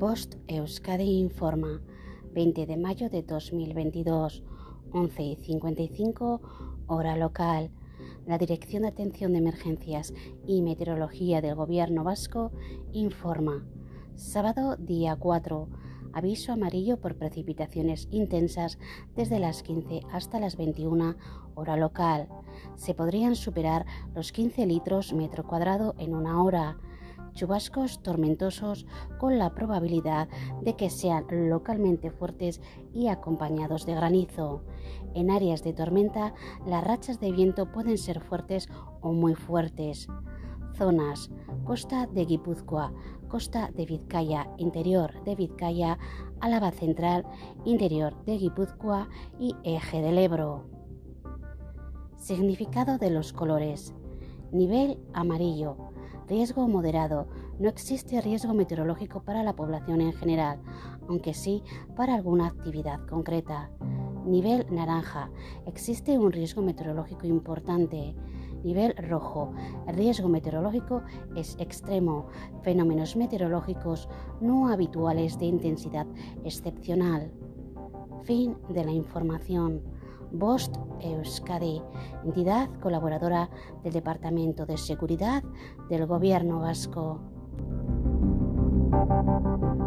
Bost Euskadi informa, 20 de mayo de 2022, 11:55, hora local. La Dirección de Atención de Emergencias y Meteorología del Gobierno Vasco informa. Sábado, día 4. Aviso amarillo por precipitaciones intensas desde las 15 hasta las 21, hora local. Se podrían superar los 15 litros metro cuadrado en una hora. Chubascos tormentosos con la probabilidad de que sean localmente fuertes y acompañados de granizo. En áreas de tormenta, las rachas de viento pueden ser fuertes o muy fuertes. Zonas: costa de Guipúzcoa, costa de Vizcaya, interior de Vizcaya, Álava central, interior de Guipúzcoa y eje del Ebro. Significado de los colores. Nivel amarillo. Riesgo moderado. No existe riesgo meteorológico para la población en general, aunque sí para alguna actividad concreta. Nivel naranja. Existe un riesgo meteorológico importante. Nivel rojo. El riesgo meteorológico es extremo. Fenómenos meteorológicos no habituales de intensidad excepcional. Fin de la información. Bost Euskadi, entidad colaboradora del Departamento de Seguridad del Gobierno Vasco.